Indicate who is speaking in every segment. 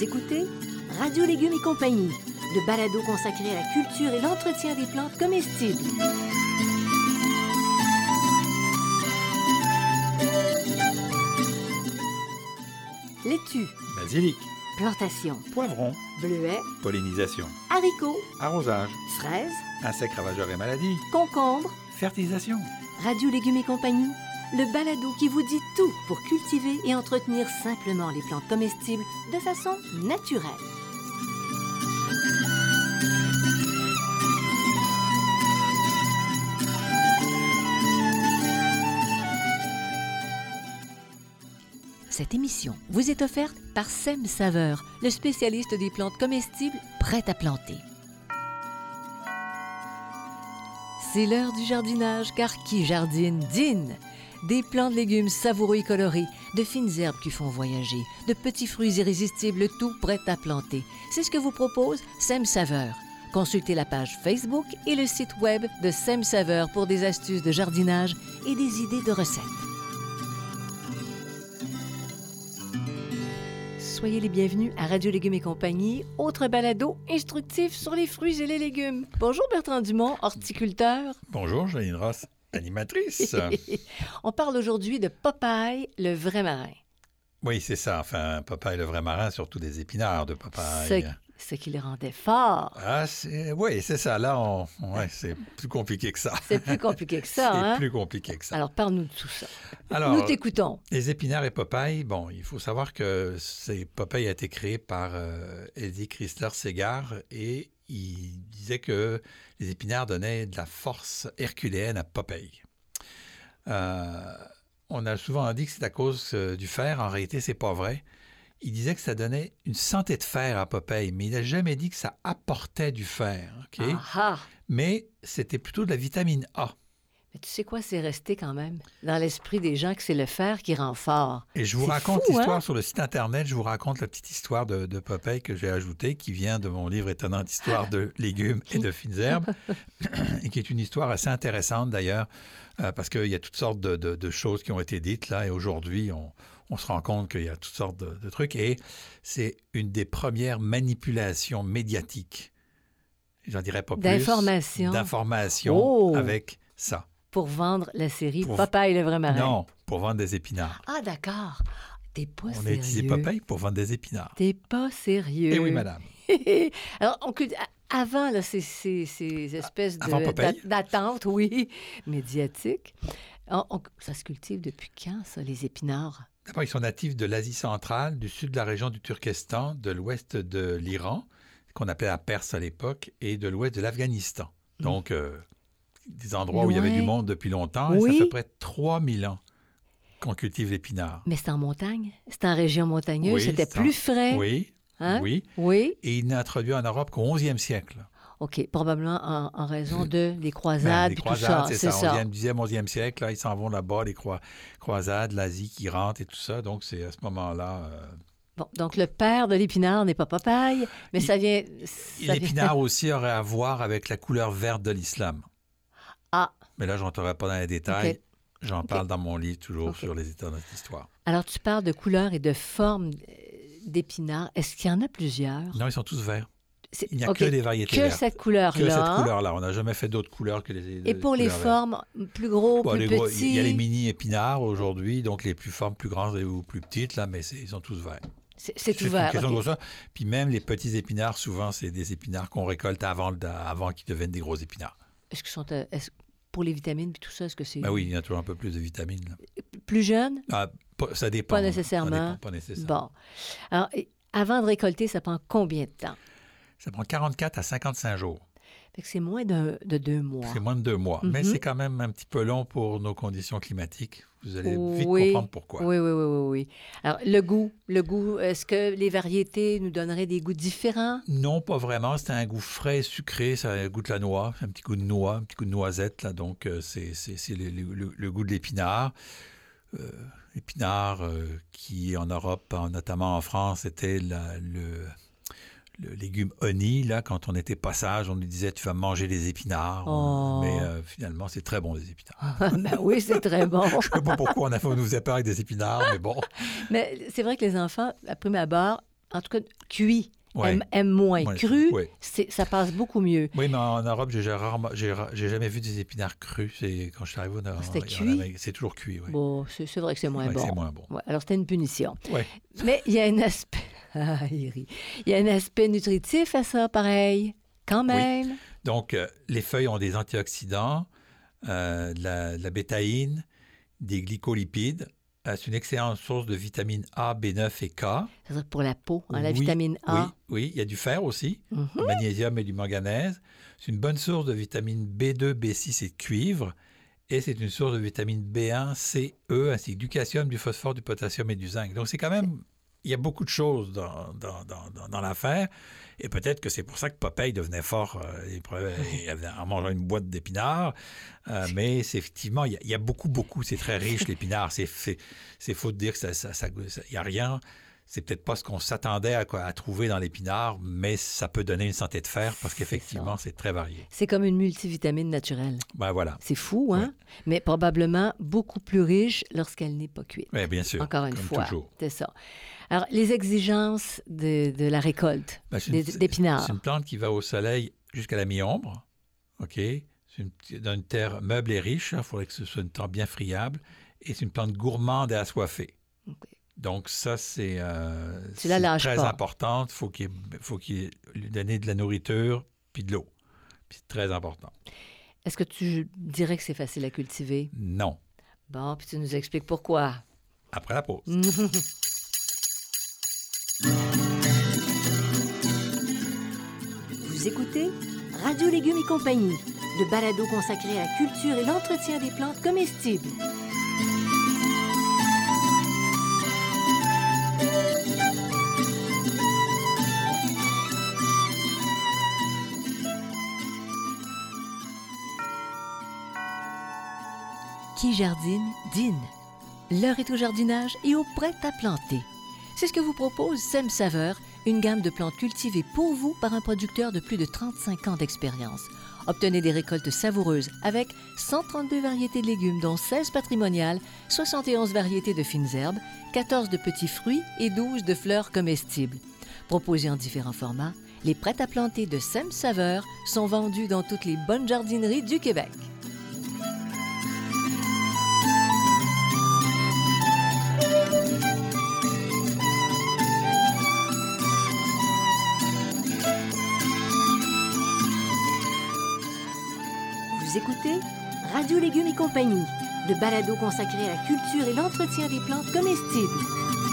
Speaker 1: Vous écoutez Radio Légumes et compagnie, le balado consacré à la culture et l'entretien des plantes comestibles. Laitue,
Speaker 2: Basilic,
Speaker 1: plantation,
Speaker 2: poivron,
Speaker 1: bleuets,
Speaker 2: pollinisation,
Speaker 1: haricots,
Speaker 2: arrosage,
Speaker 1: fraises,
Speaker 2: insectes ravageurs et maladies,
Speaker 1: concombres.
Speaker 2: fertilisation.
Speaker 1: Radio Légumes et compagnie, le balado qui vous dit tout pour cultiver et entretenir simplement les plantes comestibles de façon naturelle. Cette émission vous est offerte par Sem Saveur, le spécialiste des plantes comestibles prêtes à planter. C'est l'heure du jardinage, car qui jardine, dîne! Des plants de légumes savoureux et colorés, de fines herbes qui font voyager, de petits fruits irrésistibles, tout prêt à planter. C'est ce que vous propose Sem Saveur. Consultez la page Facebook et le site web de Sem Saveur pour des astuces de jardinage et des idées de recettes. Soyez les bienvenus à Radio Légumes et compagnie, autre balado instructif sur les fruits et les légumes. Bonjour Bertrand Dumont, horticulteur.
Speaker 2: Bonjour, Janine Ross, animatrice.
Speaker 1: On parle aujourd'hui de Popeye, le vrai marin.
Speaker 2: Oui, c'est ça. Enfin, Popeye le vrai marin, surtout des épinards de Popeye.
Speaker 1: Ce qui les rendait forts.
Speaker 2: Ah, oui, c'est ça. Là, c'est plus compliqué que ça.
Speaker 1: C'est plus compliqué que ça, hein?
Speaker 2: C'est plus compliqué que ça.
Speaker 1: Alors, parle-nous de tout ça.
Speaker 2: Alors,
Speaker 1: nous t'écoutons.
Speaker 2: Les épinards et Popeye, bon, il faut savoir que Popeye a été créé par Eddie Chrysler-Segar et il disait que les épinards donnaient de la force herculéenne à Popeye. On a souvent dit que c'est à cause du fer. En réalité, c'est pas vrai. Il disait que ça donnait une santé de fer à Popeye, mais il n'a jamais dit que ça apportait du fer. Okay? Mais c'était plutôt de la vitamine A.
Speaker 1: Mais tu sais quoi, c'est resté quand même dans l'esprit des gens que c'est le fer qui rend fort.
Speaker 2: Et je vous raconte l'histoire sur le site Internet. Je vous raconte la petite histoire de Popeye que j'ai ajoutée, qui vient de mon livre Étonnante histoire de légumes et de fines herbes, et qui est une histoire assez intéressante d'ailleurs, parce qu'il y a toutes sortes de choses qui ont été dites là, et aujourd'hui, on se rend compte qu'il y a toutes sortes de trucs, et c'est une des premières manipulations médiatiques, j'en dirais pas plus, d'information avec ça.
Speaker 1: Pour vendre la série Popeye le vrai marin.
Speaker 2: Non, pour vendre des épinards.
Speaker 1: Ah, d'accord. T'es pas sérieux.
Speaker 2: On a utilisé Popeye pour vendre des épinards.
Speaker 1: T'es pas sérieux.
Speaker 2: Eh oui, madame.
Speaker 1: Alors, avant là, ces espèces d'attente, oui, médiatiques, ça se cultive depuis quand, ça, les épinards?
Speaker 2: D'abord, ils sont natifs de l'Asie centrale, du sud de la région du Turkestan, de l'ouest de l'Iran, qu'on appelait la Perse à l'époque, et de l'ouest de l'Afghanistan. Donc, des endroits où il y avait du monde depuis longtemps, et ça fait près de 3000 ans qu'on cultive l'épinard.
Speaker 1: Mais c'est en montagne? C'est en région montagneuse? C'était plus frais?
Speaker 2: Oui,
Speaker 1: hein?
Speaker 2: Oui. Et il n'est introduit en Europe qu'au 11e siècle.
Speaker 1: OK, probablement en raison des croisades et tout ça.
Speaker 2: C'est ça. 10e, 11e siècle, là, ils s'en vont là-bas, les croisades, l'Asie qui rentre et tout ça. Donc, c'est à ce moment-là...
Speaker 1: Bon, donc le père de l'épinard n'est pas Popeye, mais ça vient...
Speaker 2: L'épinard aussi aurait à voir avec la couleur verte de l'islam.
Speaker 1: Ah.
Speaker 2: Mais là, je n'entrerai pas dans les détails. Okay. J'en parle dans mon livre, toujours, sur les étonnantes histoires.
Speaker 1: Alors, tu parles de couleurs et de formes d'épinards. Est-ce qu'il y en a plusieurs?
Speaker 2: Non, ils sont tous verts. Il n'y a que des variétés vertes.
Speaker 1: Cette couleur-là.
Speaker 2: Que cette couleur-là. On n'a jamais fait d'autres couleurs que les
Speaker 1: Et pour les formes plus gros, plus petits?
Speaker 2: Il y a les mini-épinards aujourd'hui, donc les plus formes plus grandes ou plus petites, là, mais ils sont tous verts.
Speaker 1: C'est tout vert.
Speaker 2: Okay. Puis même les petits épinards, souvent, c'est des épinards qu'on récolte avant qu'ils deviennent des gros épinards.
Speaker 1: Est-ce qu'ils sont... pour les vitamines et tout ça, est-ce que c'est...
Speaker 2: Ben oui, il y a toujours un peu plus de vitamines. Là.
Speaker 1: Plus jeunes?
Speaker 2: Ça dépend.
Speaker 1: Pas nécessairement.
Speaker 2: Ça dépend, pas nécessairement.
Speaker 1: Bon. Alors, avant de récolter, ça prend combien de temps?
Speaker 2: Ça prend 44 à 55 jours.
Speaker 1: Fait que c'est moins de 2 mois.
Speaker 2: C'est moins de 2 mois. Mais c'est quand même un petit peu long pour nos conditions climatiques. Vous allez vite comprendre pourquoi.
Speaker 1: Oui. Alors, le goût, est-ce que les variétés nous donneraient des goûts différents?
Speaker 2: Non, pas vraiment. C'est un goût frais, sucré. Ça goûte la noix, un petit goût de noix, un petit goût de noisette. Là. Donc, c'est le goût de l'épinard. L'épinard qui, en Europe, notamment en France, était le légume honey, là, quand on était passage, on nous disait « tu vas manger les épinards ». Mais finalement, c'est très bon, les épinards.
Speaker 1: Ben oui, c'est très bon.
Speaker 2: Je ne sais pas pourquoi on nous faisait peur avec des épinards, mais bon.
Speaker 1: Mais c'est vrai que les enfants, à prime abord, en tout cas, cuit.
Speaker 2: Ouais.
Speaker 1: Aime moins.
Speaker 2: Ouais,
Speaker 1: Cru,
Speaker 2: ouais.
Speaker 1: ça passe beaucoup mieux.
Speaker 2: Oui, mais en Europe, j'ai jamais vu des épinards crus. Quand je suis arrivé,
Speaker 1: C'était cuit?
Speaker 2: C'est toujours cuit, oui.
Speaker 1: Bon, c'est vrai que c'est moins
Speaker 2: Ouais,
Speaker 1: bon.
Speaker 2: c'est moins bon.
Speaker 1: Ouais, alors, c'était une punition.
Speaker 2: Ouais.
Speaker 1: Mais il y a un aspect... Ah, il rit. Il y a un aspect nutritif à ça, pareil. Quand même.
Speaker 2: Donc, les feuilles ont des antioxydants, de la bétaïne, des glycolipides. C'est une excellente source de vitamines A, B9 et K.
Speaker 1: C'est-à-dire pour la peau, la
Speaker 2: Oui,
Speaker 1: vitamine A.
Speaker 2: Oui, il y a du fer aussi,
Speaker 1: Mhm.
Speaker 2: du magnésium et du manganèse. C'est une bonne source de vitamines B2, B6 et de cuivre. Et c'est une source de vitamines B1, C, E, ainsi que du calcium, du phosphore, du potassium et du zinc. Donc, c'est quand même... Il y a beaucoup de choses dans l'affaire. Et peut-être que c'est pour ça que Popeye devenait fort en mangeant une boîte d'épinards. Mais effectivement, il y a beaucoup. C'est très riche, l'épinard. C'est faux de dire que il n'y a rien. C'est peut-être pas ce qu'on s'attendait à trouver dans l'épinard, mais ça peut donner une santé de fer parce qu'effectivement, c'est très varié.
Speaker 1: C'est comme une multivitamine naturelle.
Speaker 2: Ben voilà.
Speaker 1: C'est fou, hein?
Speaker 2: Ouais.
Speaker 1: Mais probablement beaucoup plus riche lorsqu'elle n'est pas cuite.
Speaker 2: Oui, bien sûr.
Speaker 1: Encore une
Speaker 2: comme
Speaker 1: fois.
Speaker 2: toujours.
Speaker 1: C'est ça. Alors, les exigences de la récolte d'épinards.
Speaker 2: C'est une plante qui va au soleil jusqu'à la mi-ombre. OK? Dans une terre meuble et riche. Il faudrait que ce soit une terre bien friable. Et c'est une plante gourmande et assoiffée.
Speaker 1: Okay.
Speaker 2: Donc, ça, c'est
Speaker 1: très
Speaker 2: important. Il faut qu'il lui donne de la nourriture puis de l'eau. Puis c'est très important.
Speaker 1: Est-ce que tu dirais que c'est facile à cultiver?
Speaker 2: Non.
Speaker 1: Bon, puis tu nous expliques pourquoi.
Speaker 2: Après la pause.
Speaker 1: Vous écoutez Radio Légumes et compagnie, le balado consacré à la culture et l'entretien des plantes comestibles. Qui jardine, dîne. L'heure est au jardinage et au prêt à planter. C'est ce que vous propose Sem Saveur, une gamme de plantes cultivées pour vous par un producteur de plus de 35 ans d'expérience. Obtenez des récoltes savoureuses avec 132 variétés de légumes, dont 16 patrimoniales, 71 variétés de fines herbes, 14 de petits fruits et 12 de fleurs comestibles. Proposés en différents formats, les prêts à planter de Sem Saveur sont vendus dans toutes les bonnes jardineries du Québec. Vous écoutez Radio Légumes et compagnie, le balado consacré à la culture et l'entretien des plantes comestibles.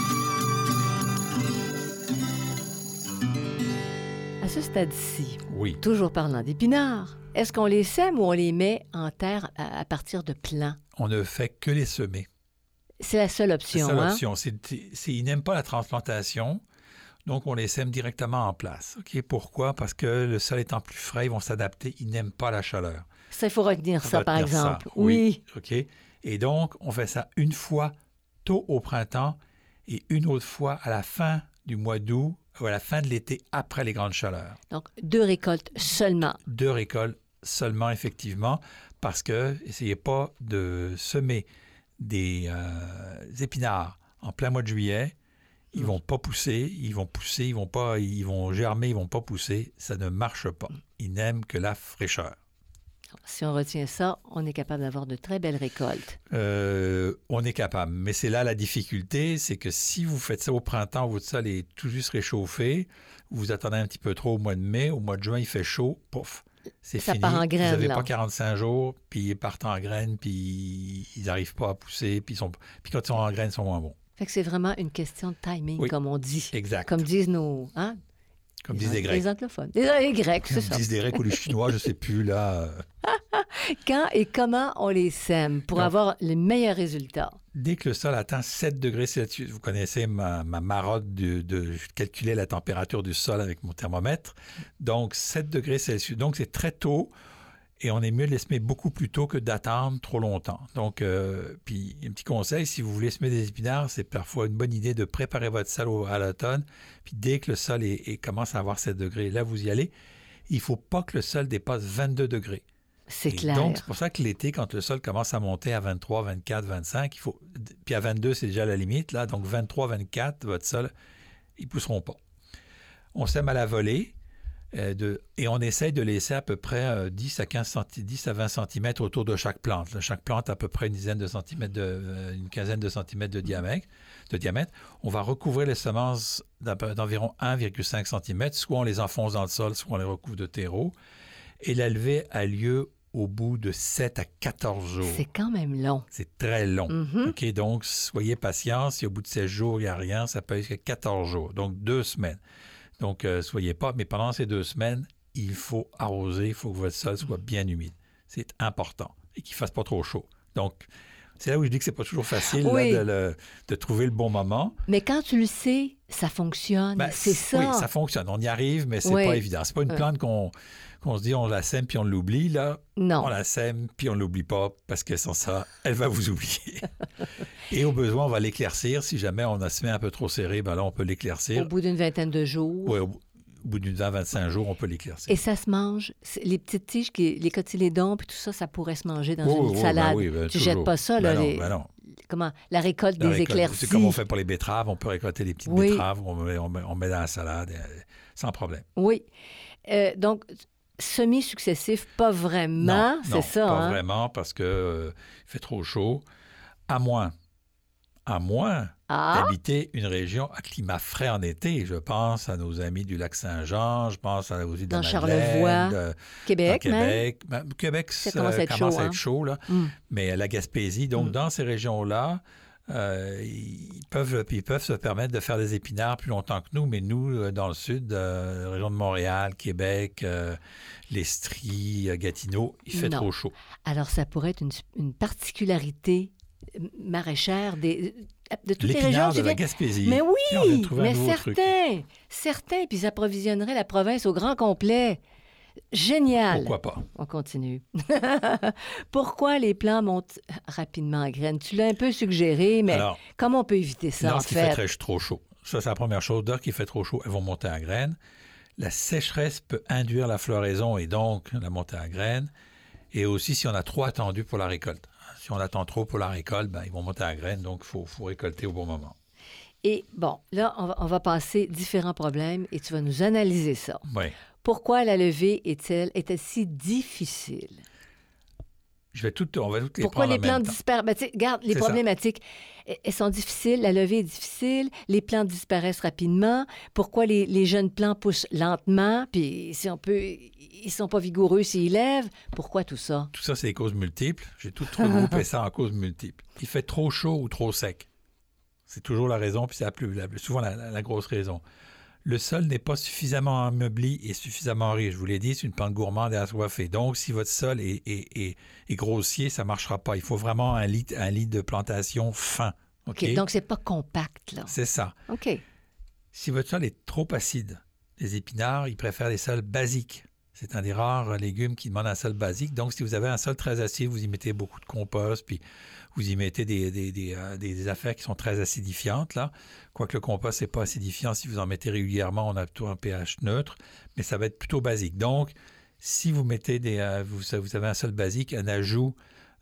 Speaker 1: À ce stade-ci,
Speaker 2: Oui.
Speaker 1: toujours parlant d'épinards, est-ce qu'on les sème ou on les met en terre à partir de plants?
Speaker 2: On ne fait que les semer.
Speaker 1: C'est la seule option,
Speaker 2: C'est la
Speaker 1: hein?
Speaker 2: seule option. Ils n'aiment pas la transplantation, donc on les sème directement en place. OK? Pourquoi? Parce que le sol étant plus frais, ils vont s'adapter. Ils n'aiment pas la chaleur.
Speaker 1: Ça, il faut retenir ça, par exemple.
Speaker 2: Ça.
Speaker 1: Oui.
Speaker 2: OK? Et donc, on fait ça une fois tôt au printemps et une autre fois à la fin du mois d'août ou à la fin de l'été après les grandes chaleurs.
Speaker 1: Donc, 2 récoltes seulement.
Speaker 2: 2 récoltes seulement, effectivement, parce que essayez pas de semer des épinards en plein mois de juillet. Ils vont pas pousser, ils vont germer, ils vont pas pousser. Ça ne marche pas. Ils n'aiment que la fraîcheur.
Speaker 1: Si on retient ça, on est capable d'avoir de très belles récoltes.
Speaker 2: On est capable. Mais c'est là la difficulté, c'est que si vous faites ça au printemps, votre sol est tout juste réchauffé, vous attendez un petit peu trop au mois de mai, au mois de juin, il fait chaud, pouf, c'est
Speaker 1: ça
Speaker 2: fini.
Speaker 1: part en graines,
Speaker 2: vous n'avez
Speaker 1: là.
Speaker 2: pas 45 jours, puis ils partent en graines, puis ils n'arrivent pas à pousser, puis quand ils sont en graines, ils sont moins bons.
Speaker 1: Fait que c'est vraiment une question de timing,
Speaker 2: Oui,
Speaker 1: comme on dit.
Speaker 2: exact.
Speaker 1: Comme disent nos... Hein?
Speaker 2: Comme disent les Grecs.
Speaker 1: Les anglophones. Les Grecs, c'est
Speaker 2: Comme
Speaker 1: ça.
Speaker 2: disent les Grecs ou les Chinois, je ne sais plus, là.
Speaker 1: Quand et comment on les sème pour
Speaker 2: Donc,
Speaker 1: avoir les meilleurs résultats?
Speaker 2: Dès que le sol atteint 7 degrés Celsius, vous connaissez ma marotte de calculer la température du sol avec mon thermomètre. Donc, 7 degrés Celsius. Donc, c'est très tôt et on est mieux de les semer beaucoup plus tôt que d'attendre trop longtemps. Donc, puis, un petit conseil, si vous voulez semer des épinards, c'est parfois une bonne idée de préparer votre sol à l'automne. Puis, dès que le sol commence à avoir 7 degrés, là, vous y allez. Il ne faut pas que le sol dépasse 22 degrés.
Speaker 1: C'est
Speaker 2: Et
Speaker 1: clair.
Speaker 2: donc, c'est pour ça que l'été, quand le sol commence à monter à 23, 24, 25, puis à 22, c'est déjà la limite, là. Donc, 23, 24, votre sol, ils ne pousseront pas. On sème à la volée et on essaye de laisser à peu près 10 à 20 cm autour de chaque plante. Là, chaque plante a à peu près une quinzaine de centimètres de diamètre. On va recouvrir les semences d'environ 1,5 cm, soit on les enfonce dans le sol, soit on les recouvre de terreau. Et la levée a lieu au bout de 7 à 14 jours.
Speaker 1: C'est quand même long.
Speaker 2: C'est très long. OK, donc, soyez patients. Si au bout de 16 jours, il n'y a rien, ça peut être jusqu'à 14 jours. Donc, 2 semaines. Donc, soyez pas. Mais pendant ces 2 semaines, il faut arroser. Il faut que votre sol soit bien humide. C'est important. Et qu'il ne fasse pas trop chaud. Donc, c'est là où je dis que c'est pas toujours facile là, de trouver le bon moment.
Speaker 1: Mais quand tu le sais, ça fonctionne. C'est ça.
Speaker 2: Oui, ça fonctionne. On y arrive, mais c'est pas évident. C'est pas une plante qu'on se dit on la sème puis on l'oublie. Là,
Speaker 1: non.
Speaker 2: On la sème puis on l'oublie pas parce que sans ça, elle va vous oublier. Et au besoin, on va l'éclaircir. Si jamais on a semé un peu trop serré, ben là, on peut l'éclaircir.
Speaker 1: Au bout d'une vingtaine de jours.
Speaker 2: Oui, au bout d'une 20-25 jours, on peut l'éclaircir.
Speaker 1: Et ça se mange. Les petites tiges, les cotylédons, puis tout ça, ça pourrait se manger dans une salade. Tu ne jettes pas ça, là.
Speaker 2: Non.
Speaker 1: Comment? La récolte des éclaircies.
Speaker 2: C'est comme on fait pour les betteraves. On peut récolter les petites betteraves. On met dans la salade sans problème.
Speaker 1: Oui. Donc, semi-successif, pas vraiment,
Speaker 2: non,
Speaker 1: c'est ça.
Speaker 2: Pas vraiment, parce qu'il fait trop chaud. À moins d'habiter une région à climat frais en été. Je pense à nos amis du lac Saint-Jean, je pense aux îles de
Speaker 1: dans
Speaker 2: Madeleine,
Speaker 1: Charlevoix, Québec.
Speaker 2: Québec,
Speaker 1: ça commence à être chaud,
Speaker 2: là. Mais la Gaspésie, donc dans ces régions-là, ils peuvent se permettre de faire des épinards plus longtemps que nous, mais nous, dans le sud, la région de Montréal, Québec, l'Estrie, Gatineau, il fait trop chaud.
Speaker 1: Alors, ça pourrait être une particularité maraîchère de toutes les régions.
Speaker 2: De la Gaspésie.
Speaker 1: Mais oui, mais
Speaker 2: certains.
Speaker 1: Puis ça approvisionnerait la province au grand complet. Génial.
Speaker 2: Pourquoi pas?
Speaker 1: On continue. Pourquoi les plants montent rapidement en graines? Tu l'as un peu suggéré, mais alors, comment on peut éviter ça, en fait?
Speaker 2: Lorsqu'il fait trop chaud. Ça, c'est la première chose. Lorsqu'il fait trop chaud, elles vont monter en graines. La sécheresse peut induire la floraison et donc la montée en graines. Et aussi, si on a trop attendu pour la récolte. Si on attend trop pour la récolte, ils vont monter en graines, donc il faut récolter au bon moment.
Speaker 1: Et bon, là, on va passer différents problèmes et tu vas nous analyser ça.
Speaker 2: Oui.
Speaker 1: Pourquoi la levée est-elle si difficile?
Speaker 2: On va toutes les
Speaker 1: Pourquoi
Speaker 2: prendre
Speaker 1: les plantes disparaissent? Regarde, les problématiques, elles sont difficiles, la levée est difficile, les plantes disparaissent rapidement. Pourquoi les jeunes plants poussent lentement, puis ils sont pas vigoureux s'ils lèvent? Pourquoi tout ça?
Speaker 2: Tout ça, c'est des causes multiples. J'ai tout regroupé ça en causes multiples. Il fait trop chaud ou trop sec. C'est toujours la raison, puis c'est souvent la grosse raison. Le sol n'est pas suffisamment ameubli et suffisamment riche. Je vous l'ai dit, c'est une plante gourmande et assoiffée. Donc, si votre sol est grossier, ça ne marchera pas. Il faut vraiment un lit de plantation fin.
Speaker 1: OK, donc c'est pas compact, là.
Speaker 2: C'est ça.
Speaker 1: OK.
Speaker 2: Si votre sol est trop acide, les épinards, ils préfèrent les sols basiques. C'est un des rares légumes qui demandent un sol basique. Donc, si vous avez un sol très acide, vous y mettez beaucoup de compost, puis vous y mettez des affaires qui sont très acidifiantes, là. Quoique le compost n'est pas acidifiant, si vous en mettez régulièrement, on a plutôt un pH neutre, mais ça va être plutôt basique. Donc, si vous mettez vous avez un sol basique, un ajout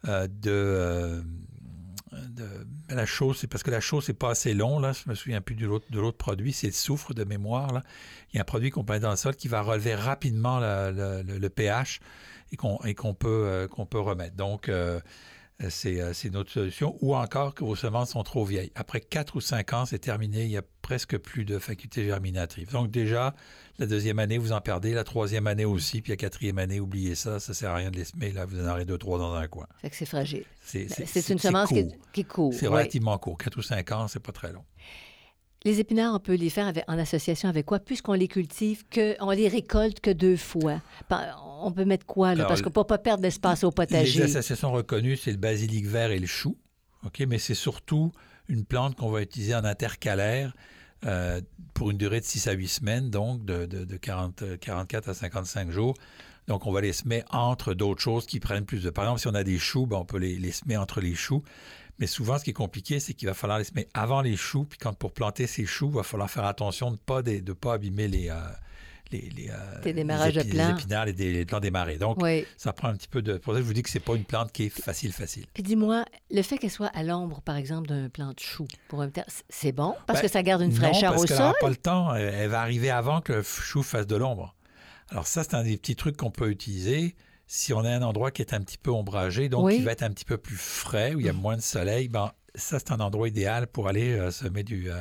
Speaker 2: la chaux, c'est parce que la chaux, c'est pas assez long, là. Je me souviens plus de l'autre produit, c'est le soufre de mémoire, là. Il y a un produit qu'on peut mettre dans le sol qui va relever rapidement le pH et qu'on peut remettre. Donc, c'est une autre solution. Ou encore que vos semences sont trop vieilles. Après 4 ou 5 ans, c'est terminé. Il n'y a presque plus de faculté germinatrice. Donc déjà, la deuxième année, vous en perdez. La troisième année aussi. Puis la quatrième année, oubliez ça. Ça ne sert à rien de les semer. Là, vous en aurez 2-3 dans un coin.
Speaker 1: Fait que c'est fragile.
Speaker 2: C'est
Speaker 1: une semence qui court.
Speaker 2: C'est relativement court. 4 ou 5 ans, c'est pas très long.
Speaker 1: Les épinards, on peut les faire en association avec quoi? Puisqu'on les cultive, on les récolte que 2 fois. On peut mettre quoi, là? Parce que pour ne pas perdre d'espace au potager.
Speaker 2: Les associations reconnues, c'est le basilic vert et le chou. OK? Mais c'est surtout une plante qu'on va utiliser en intercalaire pour une durée de 6 à 8 semaines, donc de 44 à 55 jours. Donc, on va les semer entre d'autres choses qui prennent plus de... Par exemple, si on a des choux, on peut les semer entre les choux. Mais souvent, ce qui est compliqué, c'est qu'il va falloir les semer avant les choux. Puis pour planter ces choux, il va falloir faire attention de ne pas abîmer
Speaker 1: Tes démarrages de
Speaker 2: les
Speaker 1: plants.
Speaker 2: épinards, les plants démarrés. Donc,
Speaker 1: Oui.
Speaker 2: ça prend un petit peu de... Pour ça, je vous dis que c'est pas une plante qui est facile.
Speaker 1: Puis dis-moi, le fait qu'elle soit à l'ombre, par exemple, d'un plant de chou, pour un c'est bon? Parce que ça garde une fraîcheur
Speaker 2: non, parce
Speaker 1: au
Speaker 2: qu'elle
Speaker 1: sol?
Speaker 2: n'aura pas le temps. Elle va arriver avant que le chou fasse de l'ombre. Alors ça, c'est un des petits trucs qu'on peut utiliser si on a un endroit qui est un petit peu ombragé, donc qui va être un petit peu plus frais, où il y a moins de soleil. Ben, ça, c'est un endroit idéal pour aller semer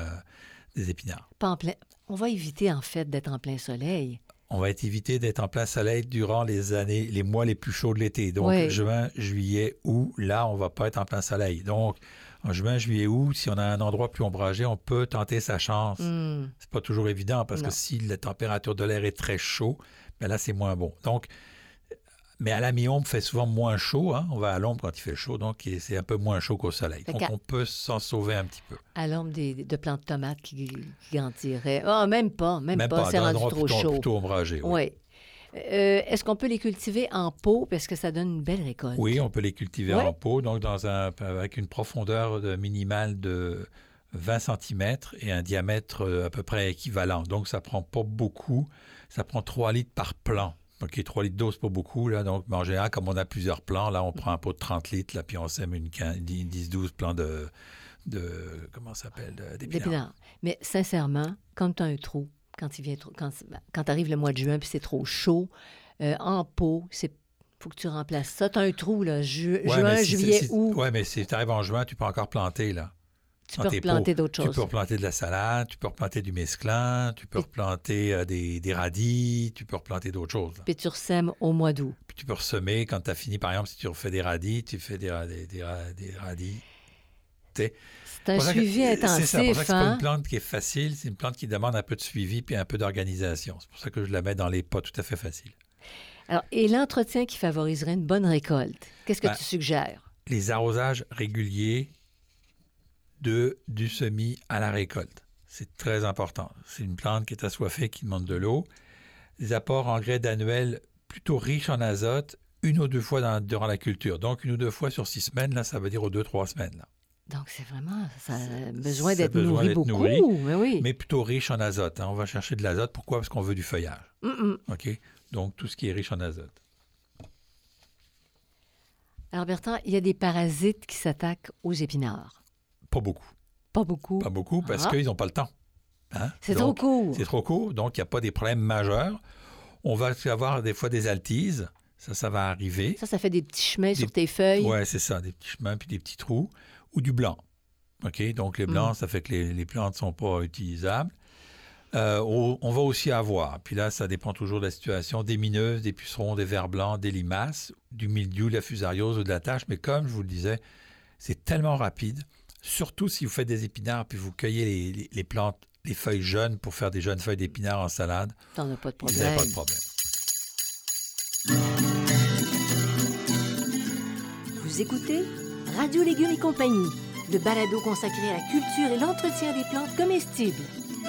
Speaker 2: des épinards.
Speaker 1: Pas en plein... On va éviter, en fait, d'être en plein soleil.
Speaker 2: On va éviter d'être en plein soleil durant les mois les plus chauds de l'été. Donc, juin, juillet, août, là, on ne va pas être en plein soleil. Donc, en juin, juillet, août, si on a un endroit plus ombragé, on peut tenter sa chance. C'est pas toujours évident parce que si la température de l'air est très chaud, bien là, c'est moins bon. Donc, mais à la mi-ombre, fait souvent moins chaud. Hein? On va à l'ombre quand il fait chaud, donc c'est un peu moins chaud qu'au soleil. Donc, on peut s'en sauver un petit peu.
Speaker 1: À l'ombre de plantes de tomates qui grandiraient. Ah, même pas. C'est rendu trop chaud.
Speaker 2: Plutôt ombragé,
Speaker 1: oui. Est-ce qu'on peut les cultiver en pot parce que ça donne une belle récolte?
Speaker 2: Oui, on peut les cultiver en pot, donc avec une profondeur minimale de 20 cm et un diamètre à peu près équivalent. Donc, ça ne prend pas beaucoup. Ça prend 3 litres par plant. OK, 3 litres d'eau, c'est pas beaucoup. Là. Donc, en général, comme on a plusieurs plants, là, on prend un pot de 30 litres, là, puis on sème 10-12 plants de comment ça s'appelle? D'épinards.
Speaker 1: Mais sincèrement, quand tu as un trou, quand arrive le mois de juin puis c'est trop chaud, en pot, faut que tu remplaces ça. Tu as un trou, là, juin, juillet, août.
Speaker 2: Oui, mais si tu arrives en juin, tu peux encore planter, là.
Speaker 1: Tu peux replanter d'autres choses.
Speaker 2: Tu peux replanter de la salade, tu peux replanter du mesclun, tu peux replanter des radis, tu peux replanter d'autres choses. Là.
Speaker 1: Puis tu ressèmes au mois d'août.
Speaker 2: Puis tu peux ressemer quand tu as fini, par exemple, si tu refais des radis, tu fais des radis. C'est
Speaker 1: un suivi intensif.
Speaker 2: C'est pour ça que c'est pas une plante qui est facile, c'est une plante qui demande un peu de suivi puis un peu d'organisation. C'est pour ça que je la mets dans les pots tout à fait faciles.
Speaker 1: Alors, et l'entretien qui favoriserait une bonne récolte, qu'est-ce que tu suggères?
Speaker 2: Les arrosages réguliers du semis à la récolte. C'est très important. C'est une plante qui est assoiffée, qui demande de l'eau. Des apports engrais annuels plutôt riches en azote, 1 ou 2 fois durant la culture. Donc, 1 ou 2 fois sur 6 semaines, là, ça veut dire aux 2-3 semaines. Là.
Speaker 1: Donc, c'est vraiment... Ça a besoin d'être nourri beaucoup.
Speaker 2: Mais plutôt riche en azote. Hein. On va chercher de l'azote. Pourquoi? Parce qu'on veut du feuillage. OK? Donc, tout ce qui est riche en azote.
Speaker 1: Alors, Bertrand, il y a des parasites qui s'attaquent aux épinards.
Speaker 2: Pas beaucoup.
Speaker 1: Pas beaucoup?
Speaker 2: Pas beaucoup parce qu'ils n'ont pas le temps. Hein?
Speaker 1: C'est trop court.
Speaker 2: C'est trop court, donc il n'y a pas des problèmes majeurs. On va avoir des fois des altises. Ça va arriver.
Speaker 1: Ça fait des petits chemins sur tes feuilles.
Speaker 2: Oui, c'est ça, des petits chemins puis des petits trous. Ou du blanc. OK? Donc, les blancs, ça fait que les plantes ne sont pas utilisables. On va aussi avoir, puis là, ça dépend toujours de la situation, des mineuses, des pucerons, des vers blancs, des limaces, du mildiou, de la fusariose ou de la tache. Mais comme je vous le disais, c'est tellement rapide. Surtout si vous faites des épinards puis vous cueillez les plantes, les feuilles jeunes pour faire des jeunes feuilles d'épinards en salade.
Speaker 1: T'en as pas de problème.
Speaker 2: Vous n'avez pas de problème.
Speaker 3: Vous écoutez Radio Légumes et compagnie, le balado consacré à la culture et l'entretien des plantes comestibles.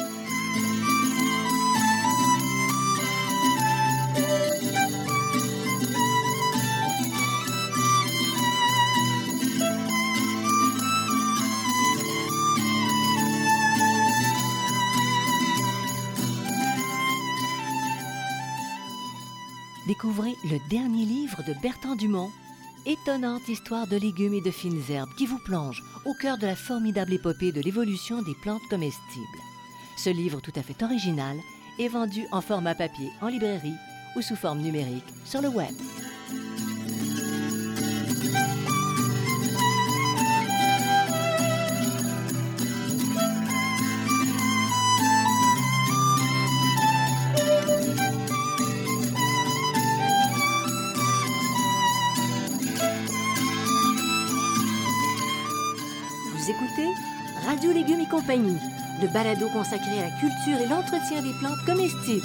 Speaker 3: Découvrez le dernier livre de Bertrand Dumont, Étonnante histoire de légumes et de fines herbes, qui vous plonge au cœur de la formidable épopée de l'évolution des plantes comestibles. Ce livre tout à fait original est vendu en format papier en librairie ou sous forme numérique sur le web. Vous écoutez Radio Légumes et compagnie, le balado consacré à la culture et l'entretien des plantes comestibles.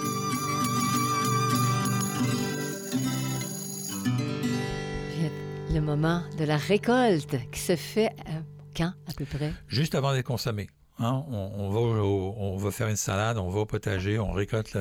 Speaker 1: Le moment de la récolte qui se fait quand, à peu près?
Speaker 2: Juste avant d'être consommé. Hein? On va faire une salade, on va au potager, on récolte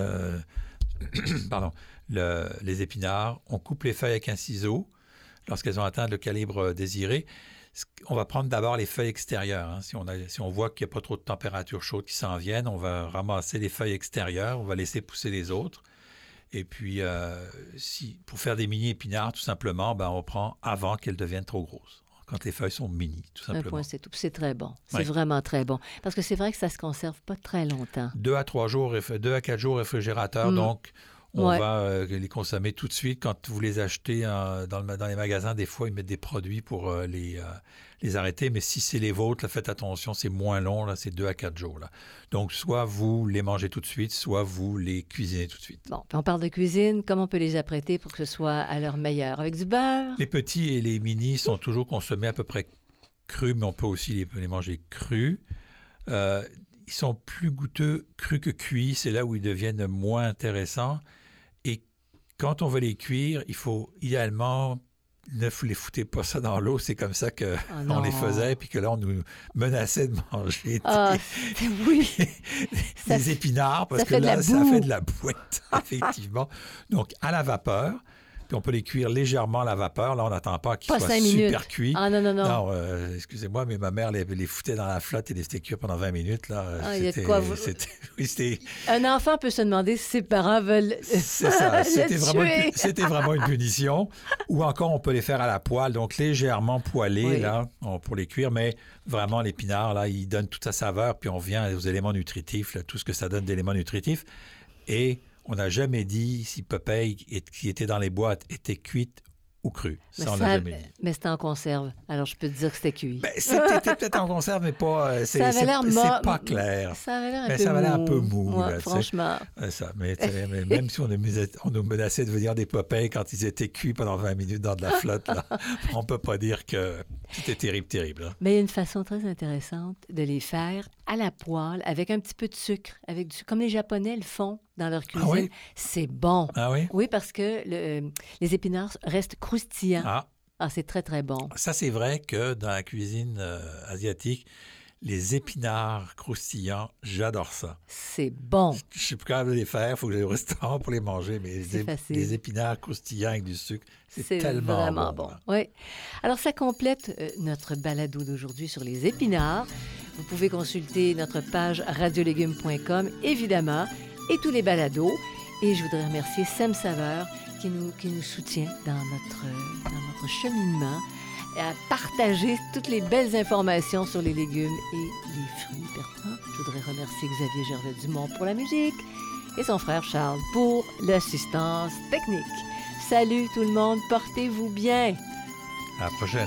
Speaker 2: les épinards, on coupe les feuilles avec un ciseau lorsqu'elles ont atteint le calibre désiré. On va prendre d'abord les feuilles extérieures. Hein. Si on voit qu'il n'y a pas trop de températures chaudes qui s'en viennent, on va ramasser les feuilles extérieures, on va laisser pousser les autres. Et puis, pour faire des mini-épinards, tout simplement, on prend avant qu'elles deviennent trop grosses. Quand les feuilles sont mini, tout simplement.
Speaker 3: Un point, c'est tout. C'est très bon. C'est
Speaker 2: Oui.
Speaker 3: vraiment très bon. Parce que c'est vrai que ça ne se conserve pas très longtemps.
Speaker 2: 2 à 4 jours au réfrigérateur, donc on va les consommer tout de suite. Quand vous les achetez dans les magasins, des fois, ils mettent des produits pour les arrêter. Mais si c'est les vôtres, là, faites attention, c'est moins long, là, c'est 2 à 4 jours. Là. Donc, soit vous les mangez tout de suite, soit vous les cuisinez tout de suite.
Speaker 3: Bon, puis on parle de cuisine. Comment on peut les apprêter pour que ce soit à leur meilleur? Avec du beurre?
Speaker 2: Les petits et les mini sont toujours consommés à peu près crus, mais on peut aussi les manger crus. Ils sont plus goûteux crus que cuits. C'est là où ils deviennent moins intéressants. Et quand on veut les cuire, il faut idéalement ne les foutez pas ça dans l'eau. C'est comme ça qu'on les faisait, puis que là, on nous menaçait de manger
Speaker 3: oui.
Speaker 2: des épinards, parce que là, ça fait de la bouette, effectivement. Donc, à la vapeur. Puis on peut les cuire légèrement à la vapeur. Là, on n'attend pas qu'ils soient super cuits.
Speaker 3: Ah non.
Speaker 2: Non, excusez-moi, mais ma mère les foutait dans la flotte et les faisait cuire pendant 20 minutes. Là. C'était...
Speaker 3: Un enfant peut se demander si ses parents veulent
Speaker 2: C'est ça. C'était
Speaker 3: vraiment
Speaker 2: une punition. Ou encore, on peut les faire à la poêle, donc légèrement poêlés là, pour les cuire. Mais vraiment, l'épinard, là, il donne toute sa saveur. Puis on vient aux éléments nutritifs, là, tout ce que ça donne d'éléments nutritifs. Et on n'a jamais dit si Popeye qui était dans les boîtes était cuite ou crue. Ça, on l'a jamais dit.
Speaker 3: Mais c'était en conserve. Alors, je peux te dire que c'était cuit.
Speaker 2: C'était peut-être en conserve, mais pas... c'est pas clair.
Speaker 3: Ça avait l'air
Speaker 2: un peu mou.
Speaker 3: Ouais,
Speaker 2: là,
Speaker 3: franchement.
Speaker 2: Mais même si on nous menaçait de venir des Popeyes quand ils étaient cuits pendant 20 minutes dans de la flotte, là, on ne peut pas dire que c'était terrible. Hein.
Speaker 3: Mais il y a une façon très intéressante de les faire à la poêle avec un petit peu de sucre, comme les Japonais le font dans leur cuisine.
Speaker 2: Ah oui?
Speaker 3: C'est bon.
Speaker 2: Ah oui?
Speaker 3: Oui, parce que les épinards restent croustillants. Ah, c'est très, très bon.
Speaker 2: Ça, c'est vrai que dans la cuisine asiatique, les épinards croustillants, j'adore ça.
Speaker 3: C'est bon.
Speaker 2: Je suis plus capable de les faire, il faut que j'aille au restaurant pour les manger, mais les épinards croustillants avec du sucre, c'est tellement
Speaker 3: vraiment bon. Oui. Alors, ça complète notre balado d'aujourd'hui sur les épinards. Vous pouvez consulter notre page radiolégumes.com, évidemment, et tous les balados. Et je voudrais remercier Sem Saveur qui nous soutient dans notre cheminement à partager toutes les belles informations sur les légumes et les fruits. Bertrand, je voudrais remercier Xavier Gervais-Dumont pour la musique et son frère Charles pour l'assistance technique. Salut tout le monde, portez-vous bien.
Speaker 2: À la prochaine.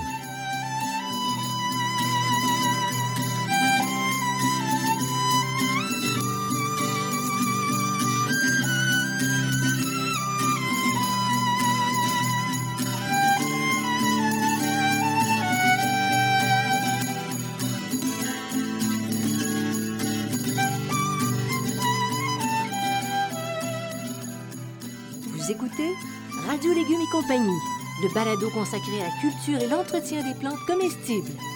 Speaker 4: Vous écoutez Radio Légumes et compagnie, le balado consacré à la culture et l'entretien des plantes comestibles.